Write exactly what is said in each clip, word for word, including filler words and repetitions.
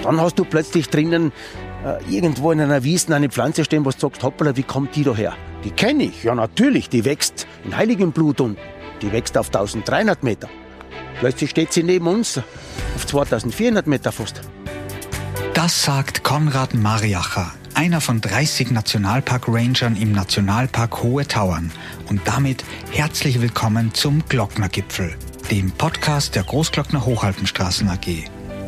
Dann hast du plötzlich drinnen äh, irgendwo in einer Wiesn eine Pflanze stehen, wo du sagst, hoppala, wie kommt die da her? Die kenne ich, ja natürlich, die wächst in Heiligenblut und die wächst auf eintausenddreihundert Meter. Plötzlich steht sie neben uns auf zweitausendvierhundert Meter fast. Das sagt Konrad Mariacher, einer von dreißig Nationalpark-Rangern im Nationalpark Hohe Tauern. Und damit herzlich willkommen zum Glocknergipfel, dem Podcast der Großglockner Hochalpenstraßen A G.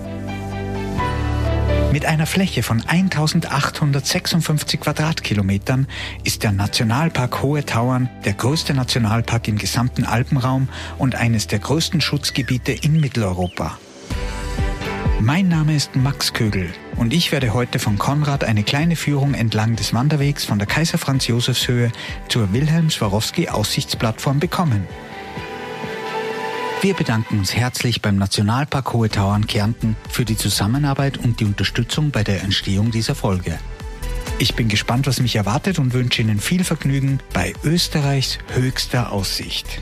Mit einer Fläche von eintausendachthundertsechsundfünfzig Quadratkilometern ist der Nationalpark Hohe Tauern der größte Nationalpark im gesamten Alpenraum und eines der größten Schutzgebiete in Mitteleuropa. Mein Name ist Max Kögel und ich werde heute von Konrad eine kleine Führung entlang des Wanderwegs von der Kaiser-Franz-Josefs-Höhe zur Wilhelm-Swarovski-Aussichtsplattform bekommen. Wir bedanken uns herzlich beim Nationalpark Hohe Tauern Kärnten für die Zusammenarbeit und die Unterstützung bei der Entstehung dieser Folge. Ich bin gespannt, was mich erwartet und wünsche Ihnen viel Vergnügen bei Österreichs höchster Aussicht.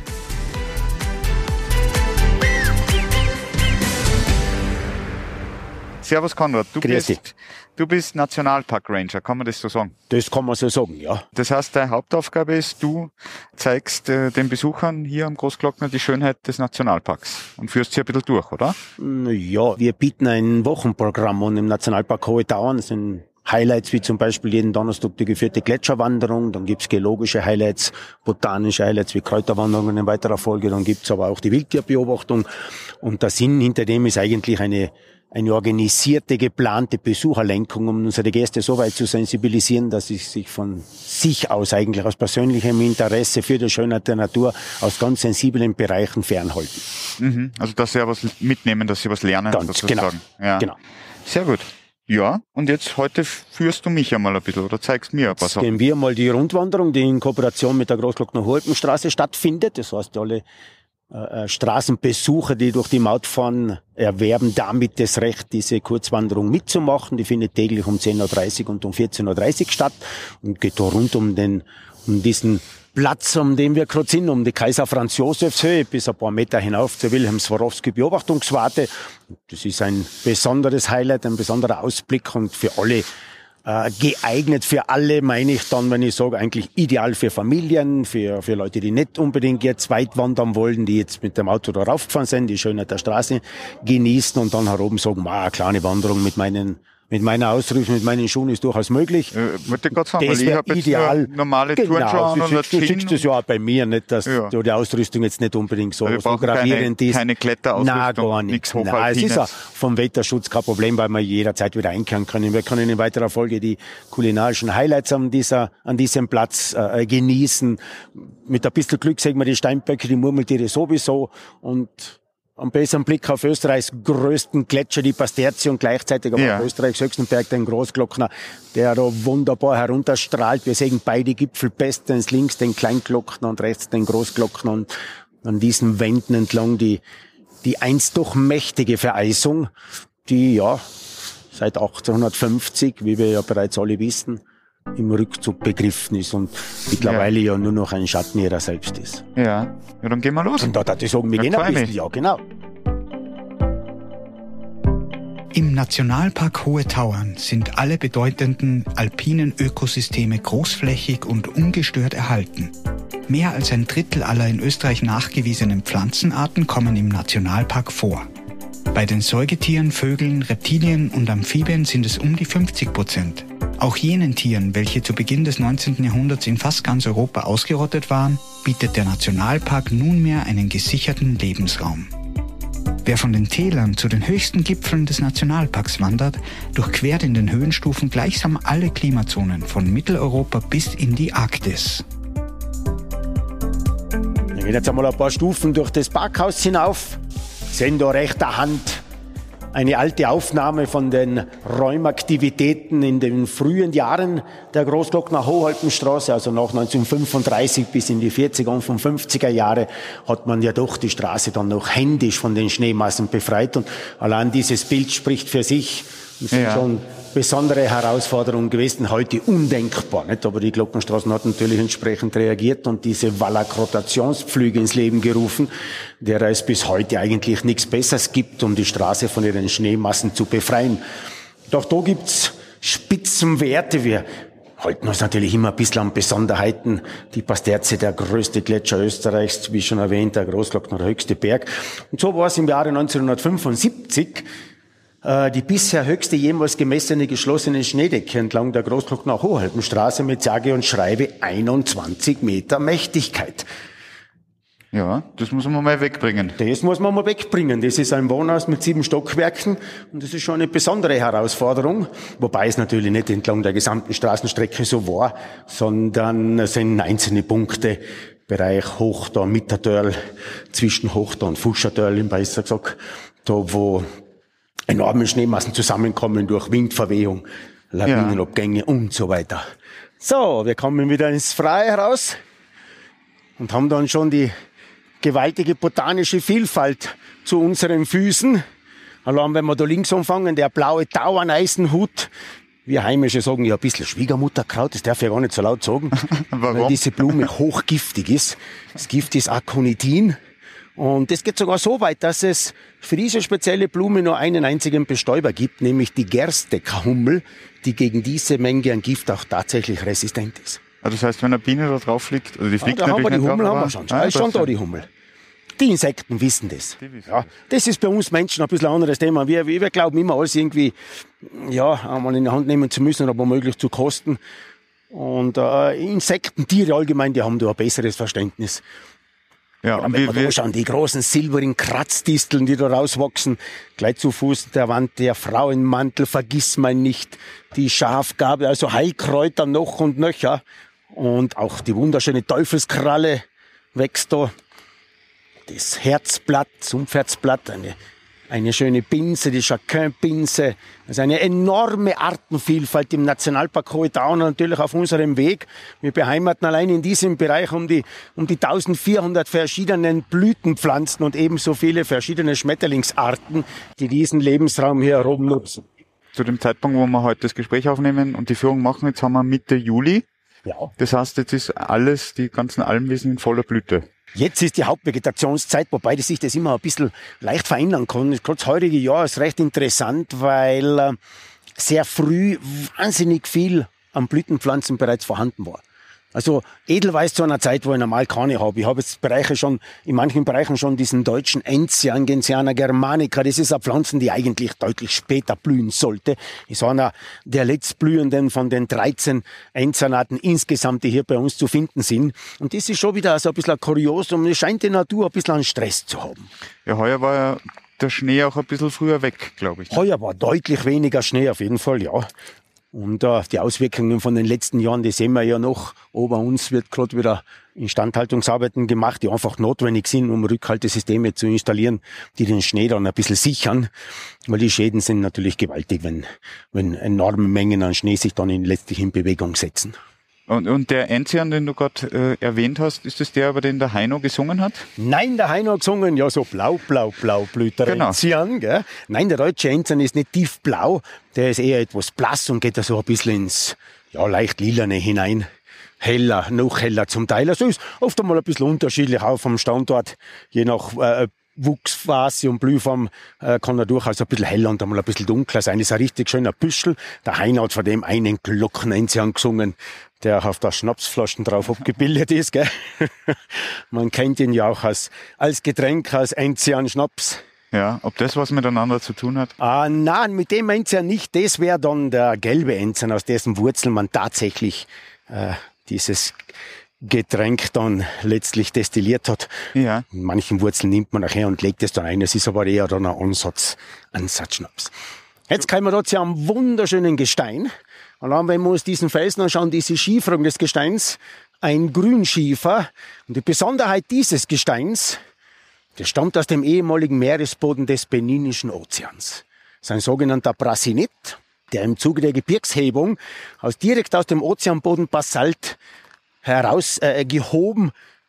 Servus Konrad, du Grüß bist, du bist Nationalpark-Ranger, kann man das so sagen? Das kann man so sagen, ja. Das heißt, deine Hauptaufgabe ist, du zeigst äh, den Besuchern hier am Großglockner die Schönheit des Nationalparks und führst sie ein bisschen durch, oder? Ja, wir bieten ein Wochenprogramm an im Nationalpark Hohe Tauern. Das sind Highlights wie zum Beispiel jeden Donnerstag die geführte Gletscherwanderung, dann gibt's geologische Highlights, botanische Highlights wie Kräuterwanderungen in weiterer Folge, dann gibt's aber auch die Wildtierbeobachtung und der Sinn hinter dem ist eigentlich eine eine organisierte, geplante Besucherlenkung, um unsere Gäste so weit zu sensibilisieren, dass sie sich von sich aus eigentlich aus persönlichem Interesse für die Schönheit der Natur aus ganz sensiblen Bereichen fernhalten. Mhm. Also dass sie ja was mitnehmen, dass sie was lernen. Ganz sozusagen. genau. Ja. genau. Sehr gut. Ja, und jetzt heute führst du mich einmal ein bisschen oder zeigst mir ein paar Sachen. Gehen wir mal die Rundwanderung, die in Kooperation mit der Großglockner Hochalpenstraße stattfindet. Das heißt, alle äh, Straßenbesucher, die durch die Maut fahren, erwerben damit das Recht, diese Kurzwanderung mitzumachen. Die findet täglich um zehn Uhr dreißig und um vierzehn Uhr dreißig statt und geht da rund um den, um diesen Platz, um den wir gerade sind, um die Kaiser-Franz-Josefs-Höhe bis ein paar Meter hinauf zur Wilhelm-Swarovski-Beobachtungswarte. Das ist ein besonderes Highlight, ein besonderer Ausblick und für alle äh, geeignet, für alle meine ich dann, wenn ich sage, eigentlich ideal für Familien, für für Leute, die nicht unbedingt jetzt weit wandern wollen, die jetzt mit dem Auto da raufgefahren sind, die Schönheit der Straße genießen und dann heroben sagen, ma, eine kleine Wanderung mit meinen Mit meiner Ausrüstung, mit meinen Schuhen ist durchaus möglich. Äh, wollte ich gerade sagen, das weil ich habe jetzt ideal. nur normale genau, Turnschuhe an und du siehst, du siehst das ja auch bei mir, nicht, dass ja. du die Ausrüstung jetzt nicht unbedingt so, also so gravierend keine, ist. keine Kletterausrüstung, Nein, gar nichts. Nein, es ist auch vom Wetterschutz kein Problem, weil wir jederzeit wieder einkehren können. Wir können in weiterer Folge die kulinarischen Highlights an dieser, an diesem Platz äh, genießen. Mit ein bisschen Glück sehen wir die Steinböcke, die Murmeltiere sowieso und am besseren Blick auf Österreichs größten Gletscher, die Pasterze und gleichzeitig aber ja. auf Österreichs höchsten Berg, den Großglockner, der da wunderbar herunterstrahlt. Wir sehen beide Gipfel bestens, links den Kleinglockner und rechts den Großglockner und an diesen Wänden entlang die, die einst doch mächtige Vereisung, die ja seit achtzehnhundertfünfzig, wie wir ja bereits alle wissen, im Rückzug begriffen ist und mittlerweile ja. ja nur noch ein Schatten ihrer selbst ist. Ja, ja, dann gehen wir los. Und da darf ich sagen, wir ja, gehen ein bisschen, ja, genau. Im Nationalpark Hohe Tauern sind alle bedeutenden alpinen Ökosysteme großflächig und ungestört erhalten. Mehr als ein Drittel aller in Österreich nachgewiesenen Pflanzenarten kommen im Nationalpark vor. Bei den Säugetieren, Vögeln, Reptilien und Amphibien sind es um die fünfzig Prozent. Auch jenen Tieren, welche zu Beginn des neunzehnten Jahrhunderts in fast ganz Europa ausgerottet waren, bietet der Nationalpark nunmehr einen gesicherten Lebensraum. Wer von den Tälern zu den höchsten Gipfeln des Nationalparks wandert, durchquert in den Höhenstufen gleichsam alle Klimazonen von Mitteleuropa bis in die Arktis. Wir gehen jetzt einmal ein paar Stufen durch das Parkhaus hinauf, sehen da rechter Hand eine alte Aufnahme von den Räumaktivitäten in den frühen Jahren der Großglockner Hochalpenstraße, also nach neunzehnhundertfünfunddreißig bis in die vierziger und fünfziger Jahre hat man ja doch die Straße dann noch händisch von den Schneemassen befreit und allein dieses Bild spricht für sich. Das sind ja. schon besondere Herausforderungen gewesen, heute undenkbar, nicht? Aber die Glockenstraßen hat natürlich entsprechend reagiert und diese Wallack-Rotationspflüge ins Leben gerufen, derer es bis heute eigentlich nichts Besseres gibt, um die Straße von ihren Schneemassen zu befreien. Doch da gibt's Spitzenwerte. Wir halten uns natürlich immer ein bisschen an Besonderheiten. Die Pasterze, der größte Gletscher Österreichs, wie schon erwähnt, der Großglockner, der höchste Berg. Und so war es im Jahre neunzehnhundertfünfundsiebzig äh, die bisher höchste jemals gemessene geschlossene Schneedecke entlang der Großglockner Hohalpenstraße mit sage und schreibe einundzwanzig Meter Mächtigkeit. Ja, das muss man mal wegbringen. Das muss man mal wegbringen. Das ist ein Wohnhaus mit sieben Stockwerken und das ist schon eine besondere Herausforderung, wobei es natürlich nicht entlang der gesamten Straßenstrecke so war, sondern es sind einzelne Punkte, Bereich Hochtal, Mittertal, zwischen Hochtal und Fuschertal, besser gesagt, da wo enorme Schneemassen zusammenkommen durch Windverwehung, Lawinenabgänge ja. und so weiter. So, wir kommen wieder ins Freie heraus und haben dann schon die gewaltige botanische Vielfalt zu unseren Füßen. Allein wenn wir da links anfangen, der blaue Tauerneisenhut. Wir Heimische sagen ja ein bisschen Schwiegermutterkraut, das darf ich ja gar nicht so laut sagen. Warum? Weil diese Blume hochgiftig ist. Das Gift ist Aconitin. Und das geht sogar so weit, dass es für diese spezielle Blume nur einen einzigen Bestäuber gibt, nämlich die Gersteckerhummel, die gegen diese Menge an Gift auch tatsächlich resistent ist. Also das heißt, wenn eine Biene da drauf fliegt, also die fliegt ja, da haben wir die nicht Hummel, drauf, haben wir schon. Ah, Da ist schon da die Hummel. Die Insekten wissen das. wissen Ja, das ist bei uns Menschen ein bisschen ein anderes Thema. Wir, wir glauben immer, alles irgendwie ja, einmal in die Hand nehmen zu müssen, aber möglich zu kosten. Und äh, Insekten, Tiere allgemein, die haben da ein besseres Verständnis. Ja, Ja, und wenn wir, wir da wir, schauen, die großen silberigen Kratzdisteln, die da rauswachsen, gleich zu Fuß der Wand, der Frauenmantel, vergiss mein nicht, die Schafgarbe, also Heilkräuter noch und nöcher. Und auch die wunderschöne Teufelskralle wächst da. Das Herzblatt, Sumpfherzblatt, eine, eine schöne Binse, die Jacquin-Binse. Also eine enorme Artenvielfalt im Nationalpark Hohe Tauern und natürlich auf unserem Weg. Wir beheimaten allein in diesem Bereich um die, um die eintausendvierhundert verschiedenen Blütenpflanzen und ebenso viele verschiedene Schmetterlingsarten, die diesen Lebensraum hier herum nutzen. zu dem Zeitpunkt, wo wir heute das Gespräch aufnehmen und die Führung machen, jetzt haben wir Mitte Juli. Ja. Das heißt, jetzt ist alles, die ganzen Almwiesen in voller Blüte. Jetzt ist die Hauptvegetationszeit, wobei sich das immer ein bisschen leicht verändern kann. Gerade das heutige Jahr ist recht interessant, weil äh, sehr früh wahnsinnig viel an Blütenpflanzen bereits vorhanden war. Also Edelweiß zu einer Zeit, wo ich normal keine habe. Ich habe jetzt Bereiche schon, in manchen Bereichen schon diesen deutschen Enzian, Gentiana germanica. Das ist eine Pflanze, die eigentlich deutlich später blühen sollte. Ist einer der letztblühenden von den dreizehn Enzianarten insgesamt, die hier bei uns zu finden sind. Und das ist schon wieder so ein bisschen ein Kuriosum. Es scheint die Natur ein bisschen an Stress zu haben. Ja, heuer war ja der Schnee auch ein bisschen früher weg, glaube ich. Ne? Heuer war deutlich weniger Schnee, auf jeden Fall, ja. Und äh, die Auswirkungen von den letzten Jahren, die sehen wir ja noch. Ober uns wird gerade wieder Instandhaltungsarbeiten gemacht, die einfach notwendig sind, um Rückhaltesysteme zu installieren, die den Schnee dann ein bisschen sichern. Weil die Schäden sind natürlich gewaltig, wenn, wenn enorme Mengen an Schnee sich dann in, letztlich in Bewegung setzen. Und, und der Enzian, den du gerade äh, erwähnt hast, ist das der, über den der Heino gesungen hat? Nein, der Heino hat gesungen, ja, so blau, blau, blau blüht der Genau. Enzian, gell? Nein, der deutsche Enzian ist nicht tiefblau, der ist eher etwas blass und geht da so ein bisschen ins, ja, leicht lilane hinein. Heller, noch heller zum Teil. Also ist oft einmal ein bisschen unterschiedlich, auch vom Standort, je nach äh, Wuchsphase und Blühform äh, kann er durchaus ein bisschen heller und einmal ein bisschen dunkler sein. Das ist ein richtig schöner Büschel. Der Heino hat von dem einen Glocken-Enzian gesungen, der auf der Schnapsflaschen drauf abgebildet ist. Gell? Man kennt ihn ja auch als, als Getränk, als Enzian-Schnaps. Ja, ob das was miteinander zu tun hat? Ah, nein, mit dem Enzian nicht. Das wäre dann der gelbe Enzian, aus dessen Wurzeln man tatsächlich äh, dieses Getränk dann letztlich destilliert hat. Ja. In manchen Wurzeln nimmt man nachher und legt es dann ein. Es ist aber eher dann ein Ansatz, Ansatzschnaps. Jetzt kommen wir da zu einem wunderschönen Gestein. Allein wenn wir uns diesen Felsen anschauen, diese Schieferung des Gesteins, ein Grünschiefer. Und die Besonderheit dieses Gesteins, das stammt aus dem ehemaligen Meeresboden des Beninischen Ozeans. Das ist ein sogenannter Brasinit, der im Zuge der Gebirgshebung aus direkt aus dem Ozeanboden Basalt heraus äh, gehoben,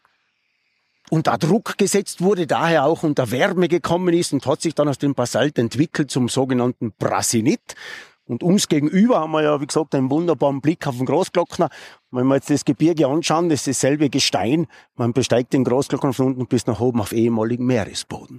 unter Druck gesetzt wurde, daher auch unter Wärme gekommen ist und hat sich dann aus dem Basalt entwickelt zum sogenannten Brasinit. Und uns gegenüber haben wir ja, wie gesagt, einen wunderbaren Blick auf den Großglockner. Wenn wir jetzt das Gebirge anschauen, das ist dasselbe Gestein. Man besteigt den Großglockner von unten bis nach oben auf ehemaligen Meeresboden.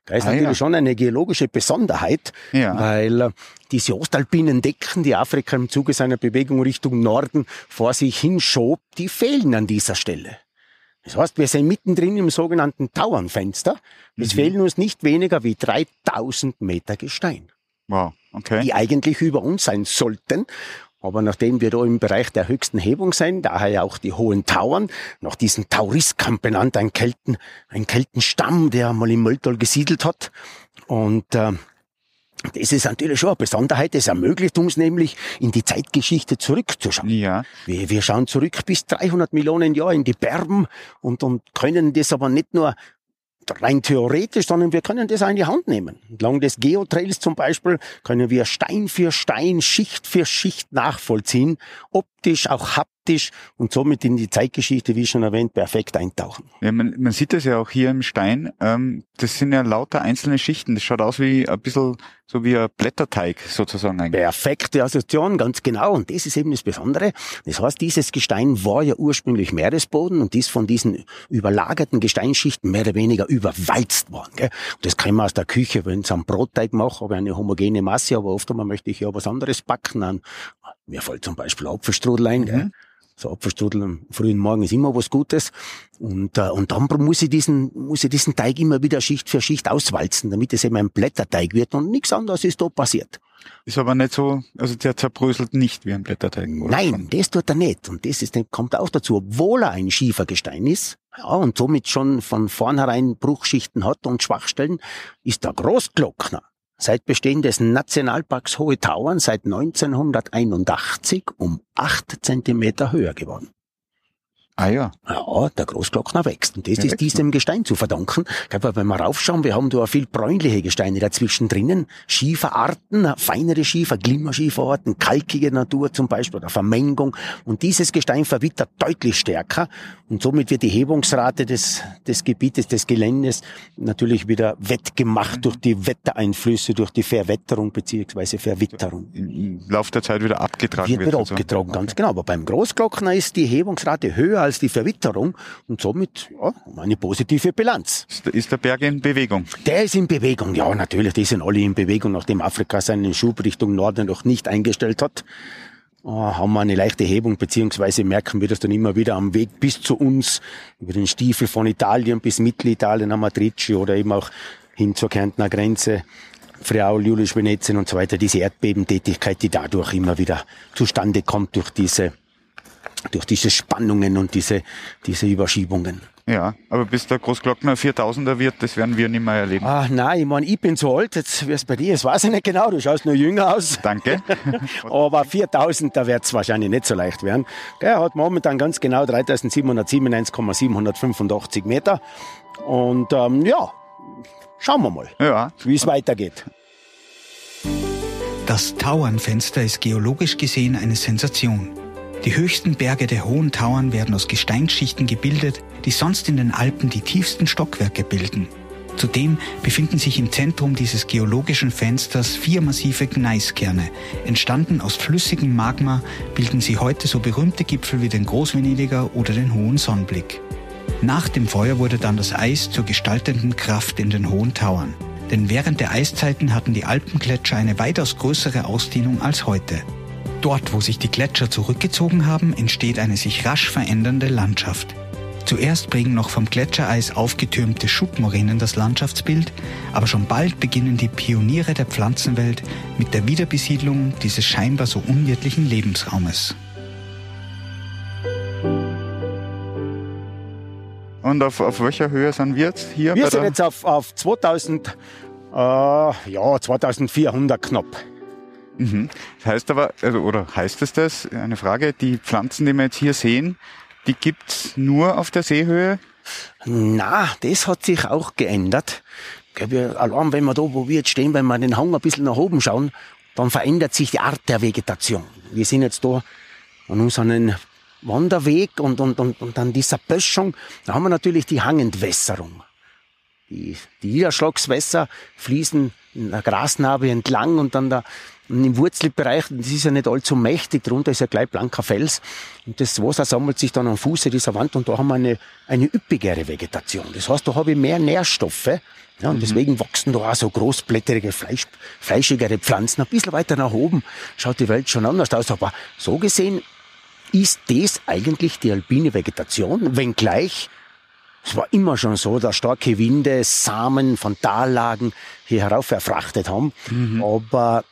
Das ist Ah, natürlich ja. schon eine geologische Besonderheit, Ja. weil äh, diese ostalpinen Decken, die Afrika im Zuge seiner Bewegung Richtung Norden vor sich hinschob, die fehlen an dieser Stelle. Das heißt, wir sind mittendrin im sogenannten Tauernfenster. Es Mhm. fehlen uns nicht weniger wie dreitausend Meter Gestein, Wow, okay. die eigentlich über uns sein sollten. Aber nachdem wir da im Bereich der höchsten Hebung sind, daher ja auch die hohen Tauern, nach diesem Tauriskam benannt, ein Kelten, ein Keltenstamm, der mal im Mölltal gesiedelt hat. Und äh, das ist natürlich schon eine Besonderheit. Das ermöglicht uns nämlich, in die Zeitgeschichte zurückzuschauen. Ja. Wir, wir schauen zurück bis dreihundert Millionen Jahre in die Berben und, und können das aber nicht nur rein theoretisch, sondern wir können das auch in die Hand nehmen. Entlang des Geotrails zum Beispiel können wir Stein für Stein, Schicht für Schicht nachvollziehen, optisch, auch haptisch und somit in die Zeitgeschichte, wie schon erwähnt, perfekt eintauchen. Ja, man, man sieht das ja auch hier im Stein. Ähm, das sind ja lauter einzelne Schichten. Das schaut aus wie ein bisschen so wie ein Blätterteig sozusagen eigentlich. Perfekte Assoziation, ganz genau. Und das ist eben das Besondere. Das heißt, dieses Gestein war ja ursprünglich Meeresboden und ist von diesen überlagerten Gesteinsschichten mehr oder weniger überwalzt worden. Gell? Und das kann man aus der Küche, wenn ich einen Brotteig mache, habe ich eine homogene Masse, aber oft einmal möchte ich ja was anderes backen. An. Mir fällt zum Beispiel Apfelstrudel ein. Gell? Mhm. So Apfelstrudel am frühen Morgen ist immer was Gutes. Und, äh, und dann muss ich diesen, muss ich diesen Teig immer wieder Schicht für Schicht auswalzen, damit es eben ein Blätterteig wird und nichts anderes ist da passiert. Ist aber nicht so, also der zerbröselt nicht wie ein Blätterteig. Oder Nein, schon? das tut er nicht. Und das ist, kommt auch dazu, obwohl er ein Schiefergestein ist, ja, und somit schon von vornherein Bruchschichten hat und Schwachstellen, ist der Großglockner seit Bestehen des Nationalparks Hohe Tauern seit neunzehnhunderteinundachtzig um acht Zentimeter höher geworden. Ah ja. Ja, der Großglockner wächst. Und das Der ist wächst diesem Gestein zu verdanken. Aber wenn wir raufschauen, wir haben da viel bräunliche Gesteine dazwischen drinnen. Schieferarten, feinere Schiefer, Glimmerschieferarten, kalkige Natur zum Beispiel oder Vermengung. Und dieses Gestein verwittert deutlich stärker. Und somit wird die Hebungsrate des, des Gebietes, des Geländes natürlich wieder wettgemacht durch die Wettereinflüsse, durch die Verwetterung beziehungsweise Verwitterung. Im Laufe der Zeit wieder abgetragen Wird wird. wieder und so. abgetragen, Okay. ganz genau. Aber beim Großglockner ist die Hebungsrate höher als die Verwitterung und somit ja, eine positive Bilanz. Ist, ist der Berg in Bewegung? Der ist in Bewegung, ja natürlich, die sind alle in Bewegung, nachdem Afrika seinen Schub Richtung Norden noch nicht eingestellt hat. Äh, haben wir eine leichte Hebung, beziehungsweise merken wir das dann immer wieder am Weg bis zu uns, über den Stiefel von Italien bis Mittelitalien, Amatrice oder eben auch hin zur Kärntner Grenze. Friaul, Julisch, Venetien und so weiter, diese Erdbebentätigkeit, die dadurch immer wieder zustande kommt durch diese durch diese Spannungen und diese, diese Überschiebungen. Ja, aber bis der Großglockner viertausender wird, das werden wir nicht mehr erleben. Ah, nein, ich meine, ich bin zu alt, jetzt wär's bei dir, das weiß ich nicht genau, du schaust nur jünger aus. Danke. Aber viertausend, da wird's wahrscheinlich nicht so leicht werden. Er hat momentan ganz genau dreitausendsiebenhundertsiebenundneunzig Komma siebenhundertfünfundachtzig Meter. Und ähm, ja, schauen wir mal, Ja. wie es weitergeht. Das Tauernfenster ist geologisch gesehen eine Sensation. Die höchsten Berge der Hohen Tauern werden aus Gesteinsschichten gebildet, die sonst in den Alpen die tiefsten Stockwerke bilden. Zudem befinden sich im Zentrum dieses geologischen Fensters vier massive Gneiskerne. Entstanden aus flüssigem Magma bilden sie heute so berühmte Gipfel wie den Großvenediger oder den Hohen Sonnenblick. Nach dem Feuer wurde dann das Eis zur gestaltenden Kraft in den Hohen Tauern. Denn während der Eiszeiten hatten die Alpengletscher eine weitaus größere Ausdehnung als heute. Dort, wo sich die Gletscher zurückgezogen haben, entsteht eine sich rasch verändernde Landschaft. Zuerst prägen noch vom Gletschereis aufgetürmte Schuttmoränen das Landschaftsbild, aber schon bald beginnen die Pioniere der Pflanzenwelt mit der Wiederbesiedlung dieses scheinbar so unwirtlichen Lebensraumes. Und auf, auf welcher Höhe sind wir jetzt hier? Wir bei sind der- jetzt auf, auf zweitausend, äh, ja, zweitausendvierhundert knapp. Mhm. Das heißt aber, also, oder heißt es das, eine Frage, die Pflanzen, die wir jetzt hier sehen, die gibt's nur auf der Seehöhe? Na, das hat sich auch geändert. Gell, wir, allein wenn wir da, wo wir jetzt stehen, wenn wir den Hang ein bisschen nach oben schauen, dann verändert sich die Art der Vegetation. Wir sind jetzt da an unserem Wanderweg und, und, und, und an dieser Böschung, da haben wir natürlich die Hangentwässerung. Die, die Niederschlagswässer fließen eine Grasnarbe entlang und dann da im Wurzelbereich, das ist ja nicht allzu mächtig, drunter ist ja gleich blanker Fels und das Wasser sammelt sich dann am Fuße dieser Wand und da haben wir eine, eine üppigere Vegetation. Das heißt, da habe ich mehr Nährstoffe, ja, und mhm. deswegen wachsen da auch so großblätterige, Fleisch, fleischigere Pflanzen. Ein bisschen weiter nach oben schaut die Welt schon anders aus, aber so gesehen ist das eigentlich die alpine Vegetation, wenngleich es war immer schon so, dass starke Winde Samen von Tallagen hier herauf verfrachtet haben, mhm. aber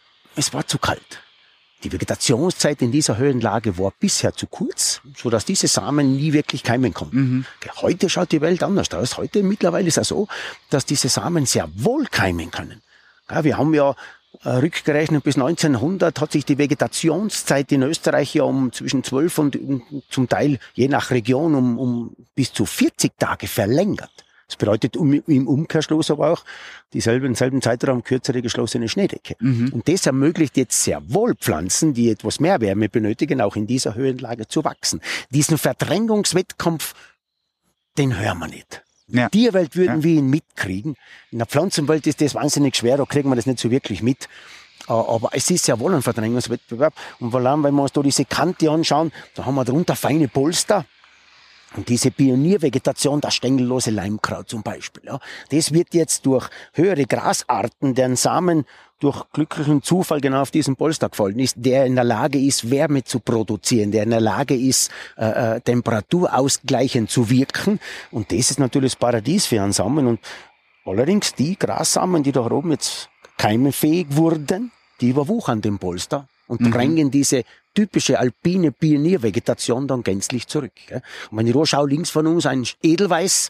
es war zu kalt. Die Vegetationszeit in dieser Höhenlage war bisher zu kurz, so dass diese Samen nie wirklich keimen konnten. Mhm. Heute schaut die Welt anders aus. Heute mittlerweile ist es so, dass diese Samen sehr wohl keimen können. Ja, wir haben ja äh, rückgerechnet, bis neunzehnhundert hat sich die Vegetationszeit in Österreich ja um zwischen zwölf und um, zum Teil je nach Region um, um bis zu vierzig Tage verlängert. Das bedeutet um, im Umkehrschluss aber auch dieselben selben Zeitraum kürzere geschlossene Schneedecke. Mhm. Und das ermöglicht jetzt sehr wohl Pflanzen, die etwas mehr Wärme benötigen, auch in dieser Höhenlage zu wachsen. Diesen Verdrängungswettkampf, den hören wir nicht. Ja. In der Tierwelt würden ja. wir ihn mitkriegen. In der Pflanzenwelt ist das wahnsinnig schwer, da kriegen wir das nicht so wirklich mit. Aber es ist ja wohl ein Verdrängungswettbewerb. Und vor allem, wenn wir uns da diese Kante anschauen, da haben wir drunter feine Polster. Und diese Pioniervegetation, das stängellose Leimkraut zum Beispiel, ja, das wird jetzt durch höhere Grasarten, deren Samen durch glücklichen Zufall genau auf diesen Polster gefallen ist, der in der Lage ist, Wärme zu produzieren, der in der Lage ist, äh, temperaturausgleichend zu wirken. Und das ist natürlich das Paradies für einen Samen. Und allerdings die Grassamen, die da oben jetzt keimenfähig wurden, die überwuchern den Polster und mhm. drängen diese typische alpine Pioniervegetation dann gänzlich zurück. Und wenn ich da schaue, links von uns ein Edelweiß,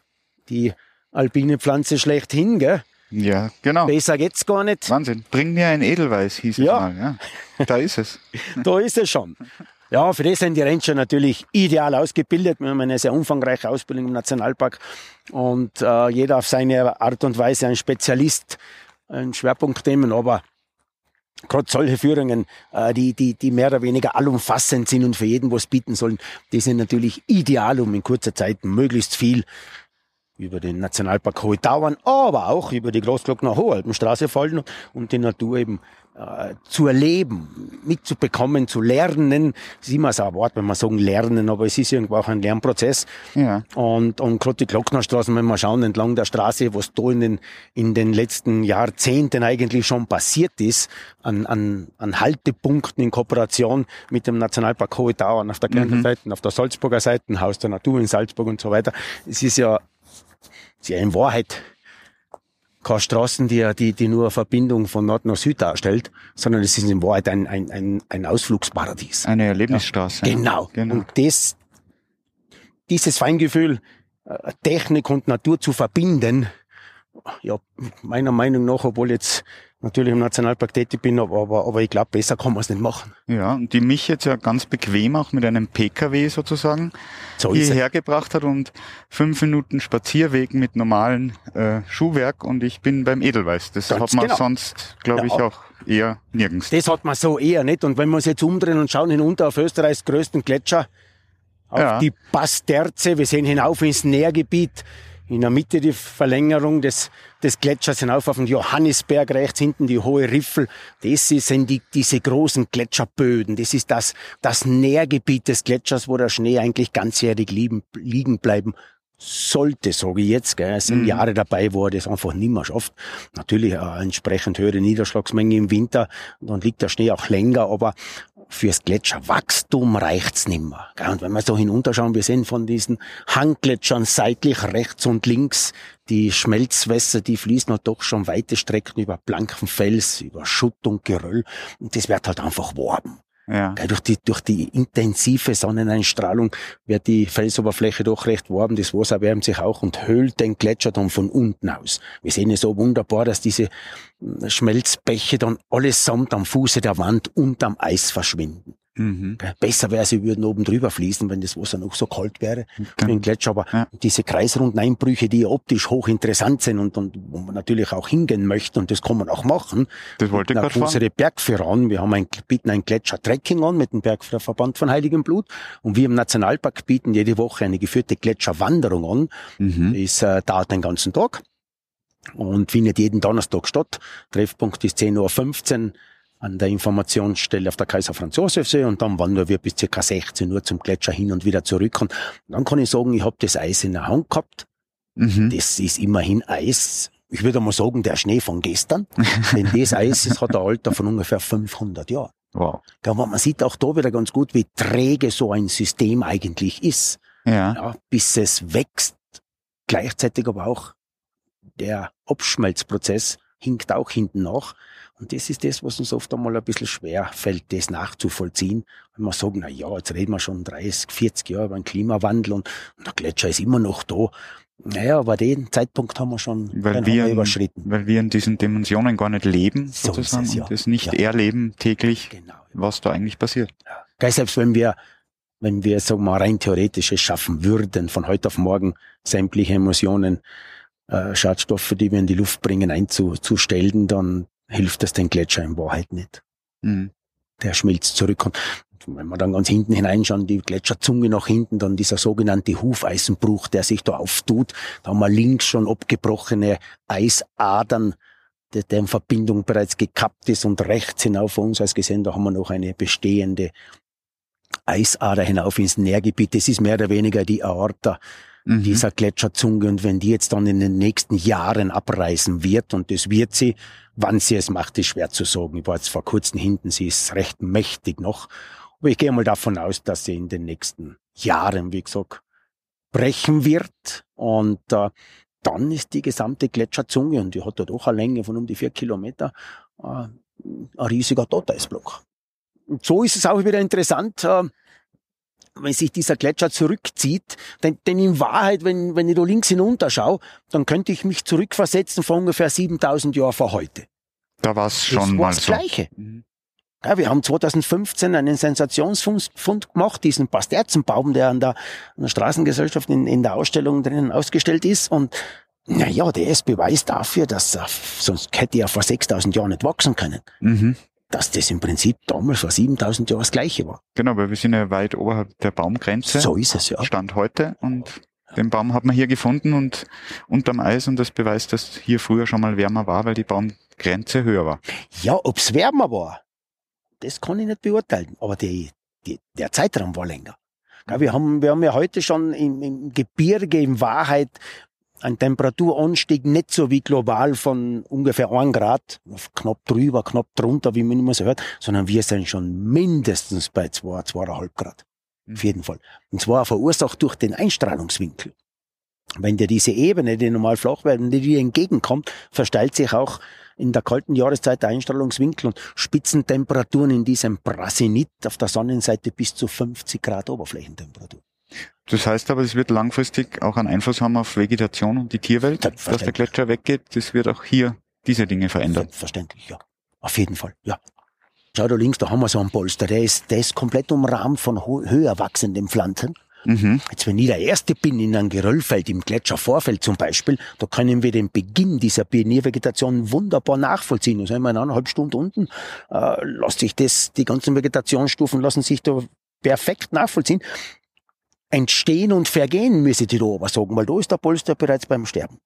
die alpine Pflanze schlechthin, gell? Ja, genau. Besser geht's gar nicht. Wahnsinn. Bring mir ein Edelweiß, hieß es ja. mal. Ja. Da ist es. Da ist es schon. Ja, für das sind die Ranger natürlich ideal ausgebildet. Wir haben eine sehr umfangreiche Ausbildung im Nationalpark und äh, jeder auf seine Art und Weise ein Spezialist, ein Schwerpunktthemen, aber gerade solche Führungen, äh, die, die, die mehr oder weniger allumfassend sind und für jeden was bieten sollen, die sind natürlich ideal, um in kurzer Zeit möglichst viel über den Nationalpark Hohe Tauern, aber auch über die Großglockner Hochalpenstraße fallen und die Natur eben äh, zu erleben, mitzubekommen, zu lernen. Das ist immer so ein Wort, wenn wir sagen lernen, aber es ist irgendwo auch ein Lernprozess. Ja. Und, und gerade die Glocknerstraßen, wenn wir schauen entlang der Straße, was da in den, in den letzten Jahrzehnten eigentlich schon passiert ist, an, an, an Haltepunkten in Kooperation mit dem Nationalpark Hohe Tauern auf der Kärntner mhm. Seite, auf der Salzburger Seite, Haus der Natur in Salzburg und so weiter. Es ist ja, es ist ja in Wahrheit keine Straßen, die, die, die nur eine Verbindung von Nord nach Süd darstellt, sondern es ist in Wahrheit ein, ein, ein, ein Ausflugsparadies. Eine Erlebnisstraße. Ja. Genau. genau. Und das, dieses Feingefühl, Technik und Natur zu verbinden, ja, meiner Meinung nach, obwohl jetzt natürlich im Nationalpark tätig bin, aber, aber, aber ich glaube, besser kann man es nicht machen. Ja, und die mich jetzt ja ganz bequem auch mit einem P K W sozusagen so hierher gebracht hat und fünf Minuten Spazierweg mit normalem äh, Schuhwerk und ich bin beim Edelweiß. Das ganz hat man genau. sonst, glaube ich, ja. auch eher nirgends. Das hat man so eher nicht. Und wenn wir uns jetzt umdrehen und schauen hinunter auf Österreichs größten Gletscher, auf ja. die Pasterze, wir sehen hinauf ins Nährgebiet, in der Mitte die Verlängerung des, des Gletschers hinauf auf den Johannisberg, rechts hinten die hohe Riffel. Das sind die, diese großen Gletscherböden. Das ist das, das Nährgebiet des Gletschers, wo der Schnee eigentlich ganzjährig liegen, liegen bleiben sollte, sage ich jetzt. Gell. Es sind mhm. Jahre dabei, wo er das einfach nicht mehr schafft. Natürlich eine entsprechend höhere Niederschlagsmenge im Winter, dann liegt der Schnee auch länger, aber fürs Gletscherwachstum reicht's nimmer. Und wenn wir so hinunterschauen, wir sehen von diesen Hanggletschern seitlich rechts und links die Schmelzwässer, die fließen halt doch schon weite Strecken über blanken Fels, über Schutt und Geröll. Und das wird halt einfach warm. Ja. Durch die, durch die intensive Sonneneinstrahlung wird die Felsoberfläche doch recht warm. Das Wasser wärmt sich auch und höhlt den Gletscher dann von unten aus. Wir sehen es so wunderbar, dass diese Schmelzbäche dann allesamt am Fuße der Wand und am Eis verschwinden. Mhm. Besser wäre, sie würden oben drüber fließen, wenn das Wasser noch so kalt wäre für den Gletscher. Aber ja. diese kreisrunden Einbrüche, die optisch hochinteressant sind und, und wo man natürlich auch hingehen möchte, und das kann man auch machen. Das wollte ich gerade fragen. Unsere Bergführer an. Wir haben ein, bieten ein Gletscher-Trekking an mit dem Bergführerverband von Heiligenblut. Und wir im Nationalpark bieten jede Woche eine geführte Gletscherwanderung an. Mhm. Das äh, dauert den ganzen Tag. und findet jeden Donnerstag statt. Treffpunkt ist zehn Uhr fünfzehn an der Informationsstelle auf der Kaiser Franz Josef See und dann wandern wir bis ca. sechzehn Uhr zum Gletscher hin und wieder zurück. Und dann kann ich sagen, ich habe das Eis in der Hand gehabt. Mhm. Das ist immerhin Eis. Ich würde mal sagen, der Schnee von gestern. Denn das Eis das hat ein Alter von ungefähr fünfhundert Jahren. Wow. Aber man sieht auch da wieder ganz gut, wie träge so ein System eigentlich ist. Ja. Ja, bis es wächst. Gleichzeitig aber auch der Abschmelzprozess hinkt auch hinten nach. Und das ist das, was uns oft einmal ein bisschen schwer fällt, das nachzuvollziehen. Wenn wir sagen, na ja, jetzt reden wir schon dreißig, vierzig Jahre über den Klimawandel und, und der Gletscher ist immer noch da. Naja, aber den Zeitpunkt haben wir schon weil wir, haben wir überschritten. Weil wir in diesen Dimensionen gar nicht leben, so sozusagen, es, ja. und das nicht ja. erleben täglich, genau, ja. was da eigentlich passiert. Ja. Geil, selbst wenn wir, wenn wir, sagen wir, rein theoretisch es schaffen würden, von heute auf morgen sämtliche Emotionen, äh, Schadstoffe, die wir in die Luft bringen, einzustellen, dann hilft das den Gletscher in Wahrheit nicht. Mhm. Der schmilzt zurück. Und wenn wir dann ganz hinten hineinschauen, die Gletscherzunge nach hinten, dann dieser sogenannte Hufeisenbruch, der sich da auftut. Da haben wir links schon abgebrochene Eisadern, deren Verbindung bereits gekappt ist, und rechts hinauf von uns als gesehen, da haben wir noch eine bestehende Eisader hinauf ins Nährgebiet. Das ist mehr oder weniger die Aorta mhm. dieser Gletscherzunge. Und wenn die jetzt dann in den nächsten Jahren abreißen wird, und das wird sie, wann sie es macht, ist schwer zu sagen. Ich war jetzt vor kurzem hinten, sie ist recht mächtig noch. Aber ich gehe mal davon aus, dass sie in den nächsten Jahren, wie gesagt, brechen wird. Und äh, dann ist die gesamte Gletscherzunge, und die hat ja doch eine Länge von um die vier Kilometer, äh, ein riesiger Toteisblock. Und so ist es auch wieder interessant, äh, wenn sich dieser Gletscher zurückzieht. Denn, denn in Wahrheit, wenn, wenn ich da links hinunter schaue, dann könnte ich mich zurückversetzen vor ungefähr siebentausend Jahren vor heute. Da war es schon mal das so. Das Gleiche. Ja, wir haben zweitausendfünfzehn einen Sensationsfund gemacht, diesen Pasterzenbaum, der an der, an der Straßengesellschaft in, in der Ausstellung drinnen ausgestellt ist. Und na ja, der ist Beweis dafür, dass er, sonst hätte er vor sechstausend Jahren nicht wachsen können. Mhm. Dass das im Prinzip damals vor siebentausend Jahren das Gleiche war. Genau, weil wir sind ja weit oberhalb der Baumgrenze. So ist es, ja. Stand heute, und den Baum hat man hier gefunden und unterm Eis, und das beweist, dass hier früher schon mal wärmer war, weil die Baumgrenze höher war. Ja, ob's wärmer war, das kann ich nicht beurteilen, aber die, die, der Zeitraum war länger. Ja, wir haben, wir haben ja heute schon im, im Gebirge in Wahrheit einen Temperaturanstieg nicht so wie global von ungefähr ein Grad, knapp drüber, knapp drunter, wie man immer so hört, sondern wir sind schon mindestens bei zwei, zweieinhalb Grad. Auf jeden Fall. Und zwar verursacht durch den Einstrahlungswinkel. Wenn dir diese Ebene, die normal flach wird, wenn die dir entgegenkommt, versteilt sich auch in der kalten Jahreszeit der Einstrahlungswinkel, und Spitzentemperaturen in diesem Brasinit auf der Sonnenseite bis zu fünfzig Grad Oberflächentemperatur. Das heißt aber, es wird langfristig auch einen Einfluss haben auf Vegetation und die Tierwelt, dass der Gletscher weggeht. Das wird auch hier diese Dinge verändern. Selbstverständlich, ja. Auf jeden Fall, ja. Schau da links, da haben wir so einen Polster, der ist, der ist komplett umrahmt von höher wachsenden Pflanzen. Mhm. Jetzt, wenn ich der Erste bin in einem Geröllfeld, im Gletschervorfeld zum Beispiel, da können wir den Beginn dieser Pioniervegetation wunderbar nachvollziehen. Also in eineinhalb Stunden unten äh, lässt sich das, die ganzen Vegetationsstufen lassen sich da perfekt nachvollziehen. Entstehen und vergehen, müsse ich da aber sagen, weil da ist der Polster bereits beim Sterben.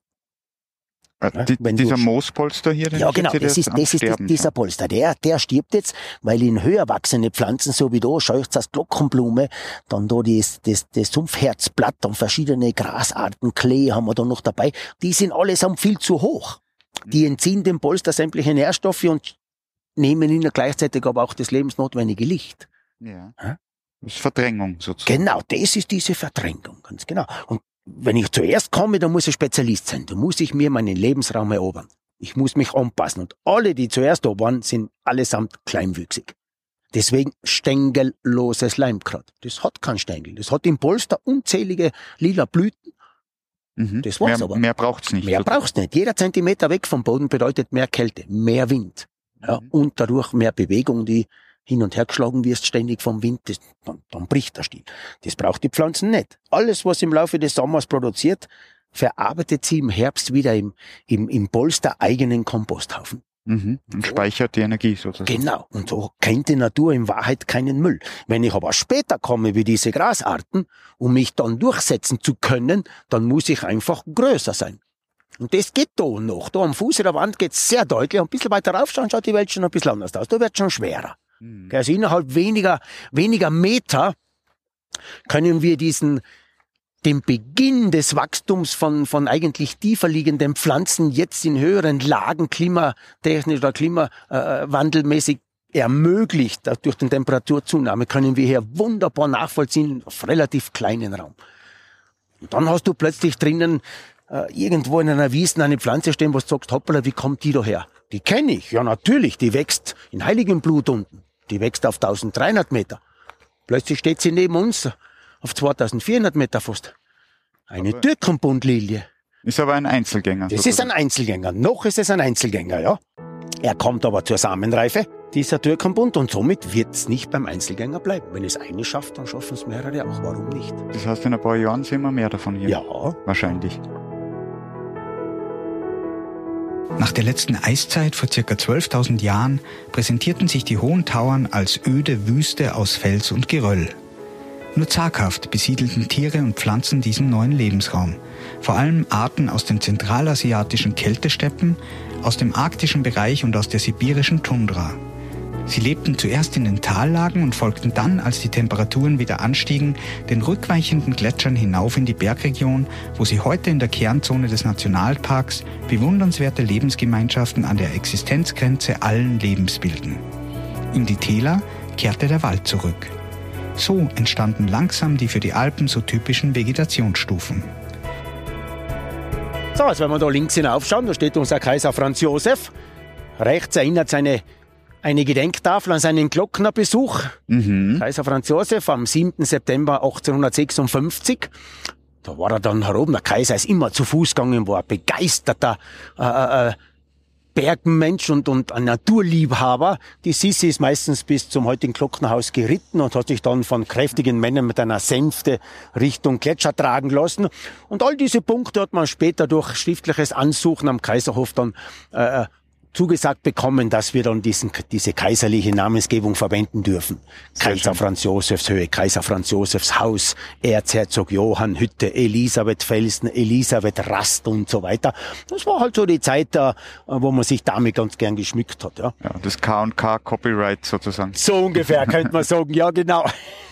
Ja, die, dieser Moospolster hier? Den ja, genau, das ist, das ist Sterben, dieser ja. Polster. Der, der stirbt jetzt, weil in höher wachsende Pflanzen, so wie da, scheucht das Glockenblume, dann da das, das, das Sumpfherzblatt, dann verschiedene Grasarten, Klee haben wir da noch dabei. Die sind allesamt viel zu hoch. Die entziehen dem Polster sämtliche Nährstoffe und nehmen ihnen gleichzeitig aber auch das lebensnotwendige Licht. Ja. ja? Das ist Verdrängung sozusagen. Genau, das ist diese Verdrängung, ganz genau. Und wenn ich zuerst komme, dann muss ich Spezialist sein. Da muss ich mir meinen Lebensraum erobern. Ich muss mich anpassen. Und alle, die zuerst da waren, sind allesamt kleinwüchsig. Deswegen stängelloses Leimgrad. Das hat keinen Stängel. Das hat im Polster unzählige lila Blüten. Mhm. Das war's mehr, aber. Mehr braucht's nicht. Mehr braucht's nicht. Jeder Zentimeter weg vom Boden bedeutet mehr Kälte, mehr Wind. Ja, mhm. Und dadurch mehr Bewegung, die hin und her geschlagen wirst ständig vom Wind, das, dann, dann bricht der Stiel. Das braucht die Pflanzen nicht. Alles, was im Laufe des Sommers produziert, verarbeitet sie im Herbst wieder im, im, im Polster eigenen Komposthaufen. Mhm. Und speichert die Energie sozusagen. Genau. Und so kennt die Natur in Wahrheit keinen Müll. Wenn ich aber später komme wie diese Grasarten, um mich dann durchsetzen zu können, dann muss ich einfach größer sein. Und das geht da noch. Da am Fuß der Wand geht's sehr deutlich. Und ein bisschen weiter raufschauen, schaut die Welt schon ein bisschen anders aus. Da wird schon schwerer. Mhm. Also innerhalb weniger, weniger Meter können wir diesen, den Beginn des Wachstums von, von eigentlich tiefer liegenden Pflanzen jetzt in höheren Lagen klimatechnisch oder klimawandelmäßig ermöglicht, durch den Temperaturzunahme, können wir hier wunderbar nachvollziehen auf relativ kleinen Raum. Und dann hast du plötzlich drinnen äh, irgendwo in einer Wiesn eine Pflanze stehen, wo du sagst, hoppala, wie kommt die da her? Die kenne ich, ja natürlich, die wächst in Heiligenblut unten, die wächst auf eintausenddreihundert Meter. Plötzlich steht sie neben uns auf zweitausendvierhundert Meter fast. Eine Türkenbundlilie. Ist aber ein Einzelgänger. Das sozusagen. Ist ein Einzelgänger. Noch ist es ein Einzelgänger, ja. Er kommt aber zur Samenreife, dieser Türkenbund, und somit wird es nicht beim Einzelgänger bleiben. Wenn es eine schafft, dann schaffen es mehrere auch. Warum nicht? Das heißt, in ein paar Jahren sehen wir mehr davon hier. Ja. Wahrscheinlich. Nach der letzten Eiszeit vor ca. zwölftausend Jahren präsentierten sich die Hohen Tauern als öde Wüste aus Fels und Geröll. Nur zaghaft besiedelten Tiere und Pflanzen diesen neuen Lebensraum. Vor allem Arten aus den zentralasiatischen Kältesteppen, aus dem arktischen Bereich und aus der sibirischen Tundra. Sie lebten zuerst in den Tallagen und folgten dann, als die Temperaturen wieder anstiegen, den rückweichenden Gletschern hinauf in die Bergregion, wo sie heute in der Kernzone des Nationalparks bewundernswerte Lebensgemeinschaften an der Existenzgrenze allen Lebens bilden. In die Täler kehrte der Wald zurück. So entstanden langsam die für die Alpen so typischen Vegetationsstufen. So, jetzt wenn wir da links hinaufschauen, da steht unser Kaiser Franz Josef. Rechts erinnert seine eine Gedenktafel an seinen Glocknerbesuch. Mhm. Kaiser Franz Josef am siebten September achtzehnhundertsechsundfünfzig. Da war er dann heroben. Der Kaiser ist immer zu Fuß gegangen, war ein begeisterter äh, äh, Bergmensch und, und ein Naturliebhaber. Die Sissi ist meistens bis zum heutigen Glocknerhaus geritten und hat sich dann von kräftigen Männern mit einer Sänfte Richtung Gletscher tragen lassen. Und all diese Punkte hat man später durch schriftliches Ansuchen am Kaiserhof dann äh, zugesagt bekommen, dass wir dann diesen, diese kaiserliche Namensgebung verwenden dürfen. Sehr Kaiser schön. Franz Josefs Höhe, Kaiser Franz Josefs Haus, Erzherzog Johann Hütte, Elisabeth Felsen, Elisabeth Rast und so weiter. Das war halt so die Zeit, wo man sich damit ganz gern geschmückt hat. Ja, ja das K und K Copyright sozusagen. So ungefähr könnte man sagen, ja genau.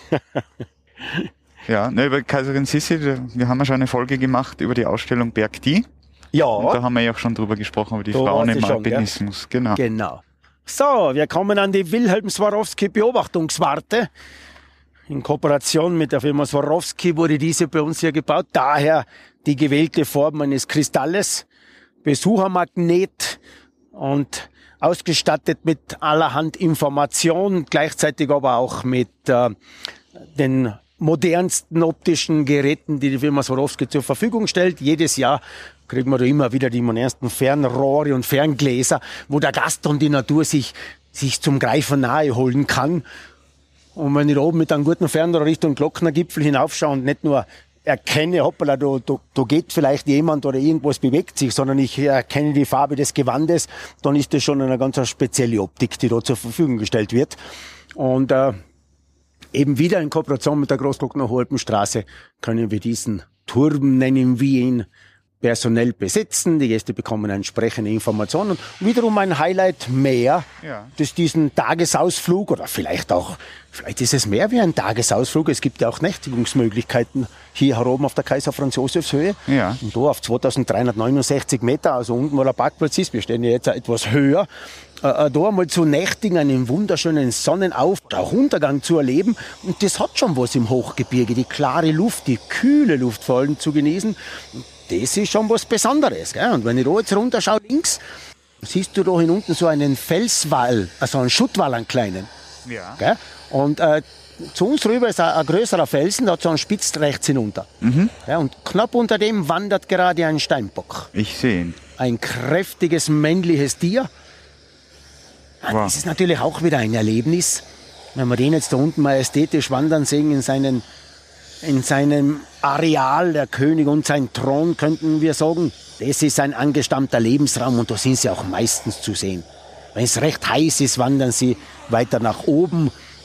Ja, ne, über Kaiserin Sissi, wir haben ja schon eine Folge gemacht über die Ausstellung Berg Die. Ja. Und da haben wir ja auch schon drüber gesprochen, über die da Frauen im schon, Alpinismus. Ja? Genau. Genau. So, wir kommen an die Wilhelm Swarovski Beobachtungswarte. In Kooperation mit der Firma Swarovski wurde diese bei uns hier gebaut. Daher die gewählte Form eines Kristalles. Besuchermagnet und ausgestattet mit allerhand Information, gleichzeitig aber auch mit äh, den modernsten optischen Geräten, die die Firma Swarovski zur Verfügung stellt. Jedes Jahr kriegen wir da immer wieder die modernsten Fernrohre und Ferngläser, wo der Gast und die Natur sich, sich zum Greifen nahe holen kann. Und wenn ich da oben mit einem guten Fernrohr Richtung Glocknergipfel hinaufschaue und nicht nur erkenne, hoppala, da, da, da geht vielleicht jemand oder irgendwas bewegt sich, sondern ich erkenne die Farbe des Gewandes, dann ist das schon eine ganz spezielle Optik, die da zur Verfügung gestellt wird. Und äh, eben wieder in Kooperation mit der Großglockner Alpenstraße können wir diesen Turm, nennen wir ihn, personell besetzen. Die Gäste bekommen entsprechende Informationen. Und wiederum ein Highlight mehr, ja. Das diesen Tagesausflug oder vielleicht auch, vielleicht ist es mehr wie ein Tagesausflug. Es gibt ja auch Nächtigungsmöglichkeiten hier heroben auf der Kaiser Franz Josefs Höhe. Ja. Und da auf zweitausenddreihundertneunundsechzig Meter, also unten wo der Parkplatz ist, wir stehen ja jetzt etwas höher, äh, da einmal zu nächtigen, einen wunderschönen Sonnenauf- oder auch Untergang zu erleben. Und das hat schon was im Hochgebirge. Die klare Luft, die kühle Luft vor allem zu genießen. Das ist schon was Besonderes. Gell? Und wenn ich da jetzt runterschaue, links, siehst du da hinunten so einen Felswall, also einen Schuttwall, einen kleinen. Ja. Gell? Und äh, zu uns rüber ist ein, ein größerer Felsen, der hat so einen Spitz rechts hinunter. Mhm. Ja, und knapp unter dem wandert gerade ein Steinbock. Ich sehe ihn. Ein kräftiges männliches Tier. Ja, wow. Das ist natürlich auch wieder ein Erlebnis, wenn wir den jetzt da unten majestätisch wandern sehen in seinen in seinem Areal, der König und sein Thron, könnten wir sagen. Das ist ein angestammter Lebensraum und da sind sie auch meistens zu sehen. Wenn es recht heiß ist, wandern sie weiter nach oben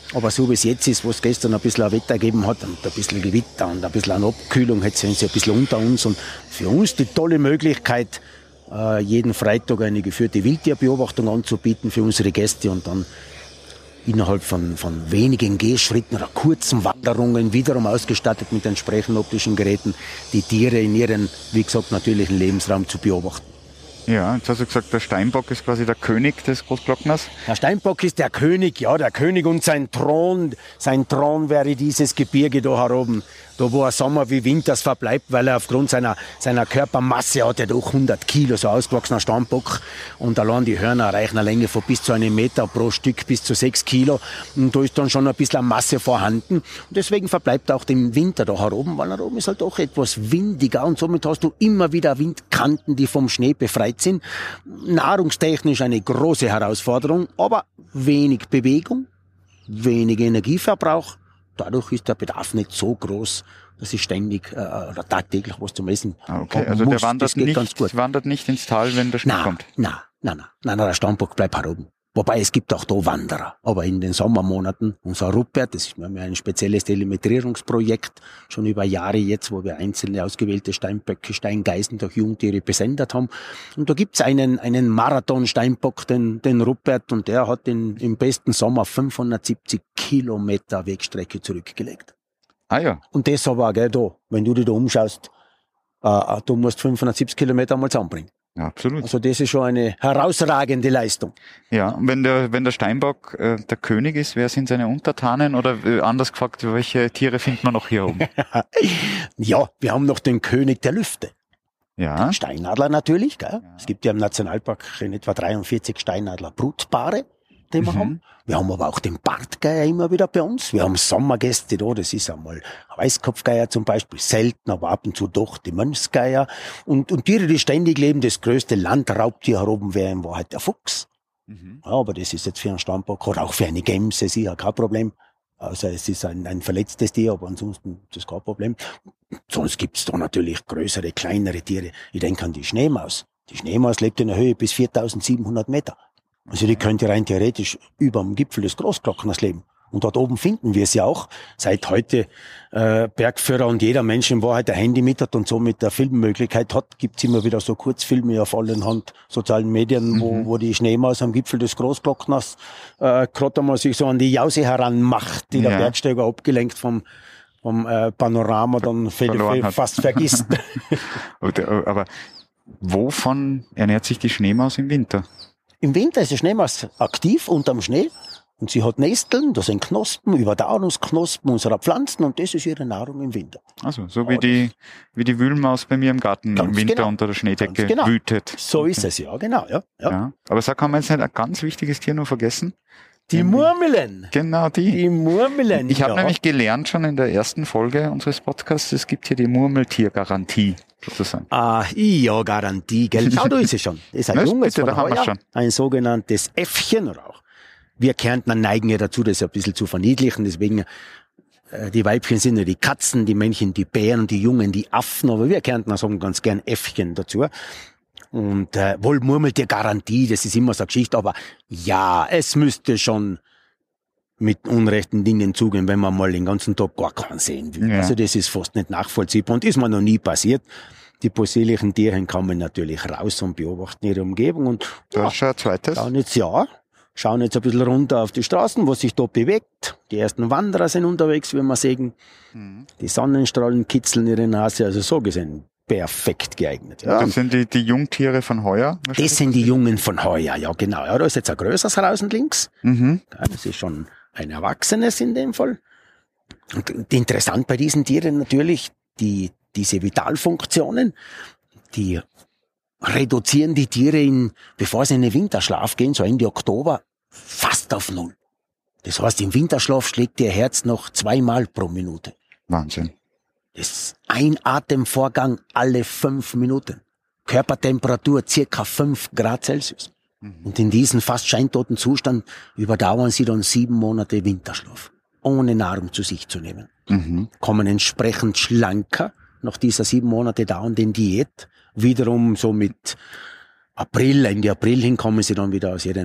Aber so wie es jetzt ist, wo es gestern ein bisschen ein Wetter gegeben hat und ein bisschen Gewitter und ein bisschen eine Abkühlung, jetzt sind sie ein bisschen unter uns. Und für uns die tolle Möglichkeit, äh, jeden Freitag eine geführte Wildtierbeobachtung anzubieten für unsere Gäste und dann innerhalb von, von wenigen Gehschritten oder kurzen Wanderungen wiederum ausgestattet mit entsprechenden optischen Geräten, die Tiere in ihren, wie gesagt, natürlichen Lebensraum zu beobachten. Ja, jetzt hast du gesagt, der Steinbock ist quasi der König des Großglockners. Der Steinbock ist der König, ja, der König und sein Thron. Sein Thron wäre dieses Gebirge da heroben, da wo er Sommer wie Winters verbleibt, weil er aufgrund seiner, seiner Körpermasse hat er doch hundert Kilo, so ausgewachsener Steinbock. Und allein die Hörner erreichen eine Länge von bis zu einem Meter pro Stück, bis zu sechs Kilo. Und da ist dann schon ein bisschen Masse vorhanden. Und deswegen verbleibt er auch im Winter da heroben, weil heroben ist halt doch etwas windiger und somit hast du immer wieder Windkanten, die vom Schnee befreit sind. Nahrungstechnisch eine große Herausforderung, aber wenig Bewegung, wenig Energieverbrauch. Dadurch ist der Bedarf nicht so groß, dass ich ständig äh, oder tagtäglich was zum Essen Okay, also muss. Der wandert nicht, wandert nicht ins Tal, wenn der Schnee nein, kommt? Nein, nein, nein, nein, der Steinbock bleibt heroben. Wobei es gibt auch da Wanderer. Aber in den Sommermonaten, unser Rupert, das ist ein spezielles Telemetrierungsprojekt, schon über Jahre jetzt, wo wir einzelne ausgewählte Steinböcke, Steingeisen durch Jungtiere besendet haben. Und da gibt's einen, einen Marathon-Steinbock, den, den Rupert, und der hat in, im besten Sommer fünfhundertsiebzig Kilometer Wegstrecke zurückgelegt. Ah ja. Und das aber, gell, da, wenn du dich da umschaust, äh, du musst fünfhundertsiebzig Kilometer mal zusammenbringen. Ja, absolut. Also das ist schon eine herausragende Leistung. Ja, und wenn der, wenn der Steinbock äh, der König ist, wer sind seine Untertanen? Oder äh, anders gefragt, welche Tiere findet man noch hier oben? Ja, wir haben noch den König der Lüfte. Ja. Steinadler natürlich, gell? Ja. Es gibt ja im Nationalpark in etwa dreiundvierzig Steinadler-Brutpaare, die wir mhm. haben. Wir haben aber auch den Bartgeier immer wieder bei uns. Wir haben Sommergäste da, das ist einmal ein Weißkopfgeier zum Beispiel, selten, aber ab und zu doch die Mönchsgeier. Und, und Tiere, die ständig leben, das größte Landraubtier hier oben wäre in Wahrheit der Fuchs. Mhm. Ja, aber das ist jetzt für einen Steinbock oder auch für eine Gemse sicher kein Problem. Also es ist ein, ein verletztes Tier, aber ansonsten ist das kein Problem. Sonst gibt's da natürlich größere, kleinere Tiere. Ich denke an die Schneemaus. Die Schneemaus lebt in einer Höhe bis viertausendsiebenhundert Meter. Also die könnte rein theoretisch über dem Gipfel des Großglockners leben. Und dort oben finden wir sie auch. Seit heute äh, Bergführer und jeder Mensch in Wahrheit ein Handy mit hat und somit eine Filmmöglichkeit hat, gibt's immer wieder so Kurzfilme auf allen Hand sozialen Medien, mhm. wo, wo die Schneemaus am Gipfel des Großglockners äh, gerade einmal sich so an die Jause heranmacht, die ja. der Bergsteiger abgelenkt vom vom äh, Panorama dann Ver- fast vergisst. Aber wovon ernährt sich die Schneemaus im Winter? Im Winter ist die Schneemaus aktiv unterm Schnee und sie hat Nesteln, das sind Knospen, Überdauerungsknospen unserer Pflanzen und das ist ihre Nahrung im Winter. Also so wie die wie die Wühlmaus bei mir im Garten im Winter genau. unter der Schneedecke genau. wütet. So okay. ist es, ja, genau. Ja, ja. Ja. Aber sag, haben wir jetzt nicht ein ganz wichtiges Tier nur vergessen? Die Murmeln. Genau, die. Die Murmeln. Ich habe ja. nämlich gelernt schon in der ersten Folge unseres Podcasts, es gibt hier die Murmeltiergarantie. Sozusagen. Ah, ja, Garantie, gell? Schau, da ist es schon. Das ist ein Na, junges bitte, von heuer, schon. Ein sogenanntes Äffchen oder auch. Wir Kärntner neigen ja dazu, das ein bisschen zu verniedlichen, deswegen äh, die Weibchen sind ja die Katzen, die Männchen die Bären, die Jungen die Affen, aber wir Kärntner sagen ganz gern Äffchen dazu. Und äh, wohl murmelt die Garantie, das ist immer so eine Geschichte, aber ja, es müsste schon mit unrechten Dingen zugehen, wenn man mal den ganzen Tag gar keinen sehen will. Ja. Also das ist fast nicht nachvollziehbar und ist mir noch nie passiert. Die possierlichen Tiere kommen natürlich raus und beobachten ihre Umgebung und da ja, ist schon ein zweites. Schauen jetzt, ja, schauen jetzt ein bisschen runter auf die Straßen, was sich da bewegt. Die ersten Wanderer sind unterwegs, wie wir sehen. Mhm. Die Sonnenstrahlen kitzeln ihre Nase, also so gesehen perfekt geeignet. Ja. Das sind die, die Jungtiere von heuer? Das sind die Jungen von heuer, ja genau. Ja, da ist jetzt ein größeres draußen links. Mhm. Ja, das ist schon ein Erwachsenes in dem Fall. Und interessant bei diesen Tieren natürlich, die, diese Vitalfunktionen, die reduzieren die Tiere in, bevor sie in den Winterschlaf gehen, so Ende Oktober, fast auf Null. Das heißt, im Winterschlaf schlägt ihr Herz noch zweimal pro Minute. Wahnsinn. Das ist ein Atemvorgang alle fünf Minuten. Körpertemperatur circa fünf Grad Celsius. Und in diesem fast scheintoten Zustand überdauern sie dann sieben Monate Winterschlaf, ohne Nahrung zu sich zu nehmen. Mhm. Kommen entsprechend schlanker nach dieser sieben Monate dauernden Diät. Wiederum so mit April, Ende April hin kommen sie dann wieder aus ihren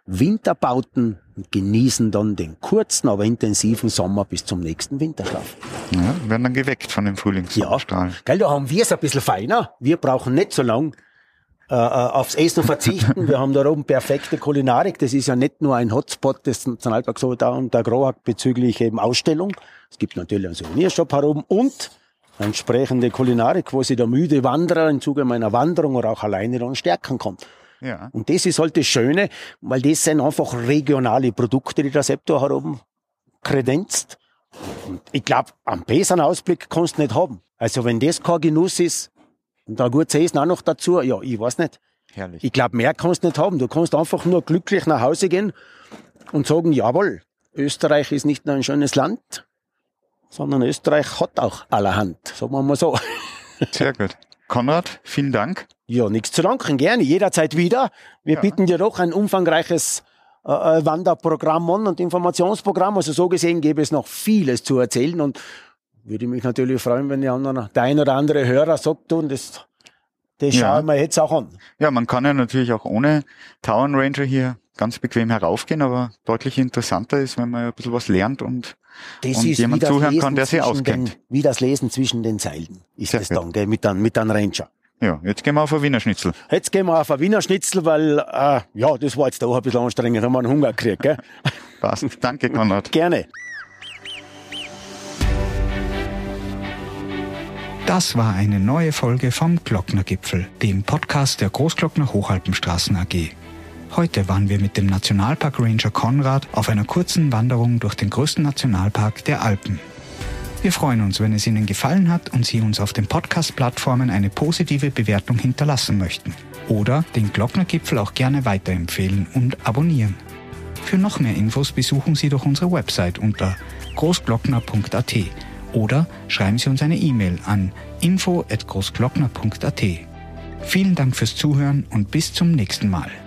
Winterbauten und genießen dann den kurzen, aber intensiven Sommer bis zum nächsten Winterschlaf. Ja, werden dann geweckt von dem Frühlingssonnenstrahl. Ja, gell, da haben wir es ein bisschen feiner. Wir brauchen nicht so lang äh, aufs Essen verzichten. Wir haben da oben perfekte Kulinarik. Das ist ja nicht nur ein Hotspot des Nationalparks Hohetauern und der Grohag bezüglich eben Ausstellung. Es gibt natürlich einen Souvenirshop herum und entsprechende Kulinarik, wo sich der müde Wanderer im Zuge meiner Wanderung oder auch alleine dann stärken kann. Ja. Und das ist halt das Schöne, weil das sind einfach regionale Produkte, die der Sepp da herum kredenzt. Und ich glaube, einen besseren Ausblick kannst du nicht haben. Also wenn das kein Genuss ist, und ein gutes Essen auch noch dazu, ja, ich weiß nicht. Herrlich. Ich glaube, mehr kannst du nicht haben. Du kannst einfach nur glücklich nach Hause gehen und sagen, jawohl, Österreich ist nicht nur ein schönes Land, sondern Österreich hat auch allerhand, sagen wir mal so. Sehr gut. Konrad, vielen Dank. Ja, nichts zu danken, gerne, jederzeit wieder. Wir ja. bieten dir doch ein umfangreiches äh, Wanderprogramm an und Informationsprogramm. Also so gesehen gäbe es noch vieles zu erzählen und würde mich natürlich freuen, wenn der, andere, der ein oder andere Hörer sagt, und das, das ja. schauen wir jetzt auch an. Ja, man kann ja natürlich auch ohne Tauern Ranger hier ganz bequem heraufgehen, aber deutlich interessanter ist, wenn man ein bisschen was lernt und, und jemand zuhören kann, der sich auskennt. Den, wie das Lesen zwischen den Zeilen ist Sehr das gut. dann, gell, mit einem mit einem Ranger. Ja, jetzt gehen wir auf ein Wiener Schnitzel. Jetzt gehen wir auf ein Wiener Schnitzel, weil, äh, ja, das war jetzt auch ein bisschen anstrengend, haben wir einen Hunger gekriegt, gell? Passt. Danke, Konrad. Gerne. Das war eine neue Folge vom Glocknergipfel, dem Podcast der Großglockner Hochalpenstraßen A G. Heute waren wir mit dem Nationalpark Ranger Konrad auf einer kurzen Wanderung durch den größten Nationalpark der Alpen. Wir freuen uns, wenn es Ihnen gefallen hat und Sie uns auf den Podcast-Plattformen eine positive Bewertung hinterlassen möchten. Oder den Glocknergipfel auch gerne weiterempfehlen und abonnieren. Für noch mehr Infos besuchen Sie doch unsere Website unter großglockner punkt a t oder schreiben Sie uns eine E-Mail an info at großglockner punkt a t. Vielen Dank fürs Zuhören und bis zum nächsten Mal.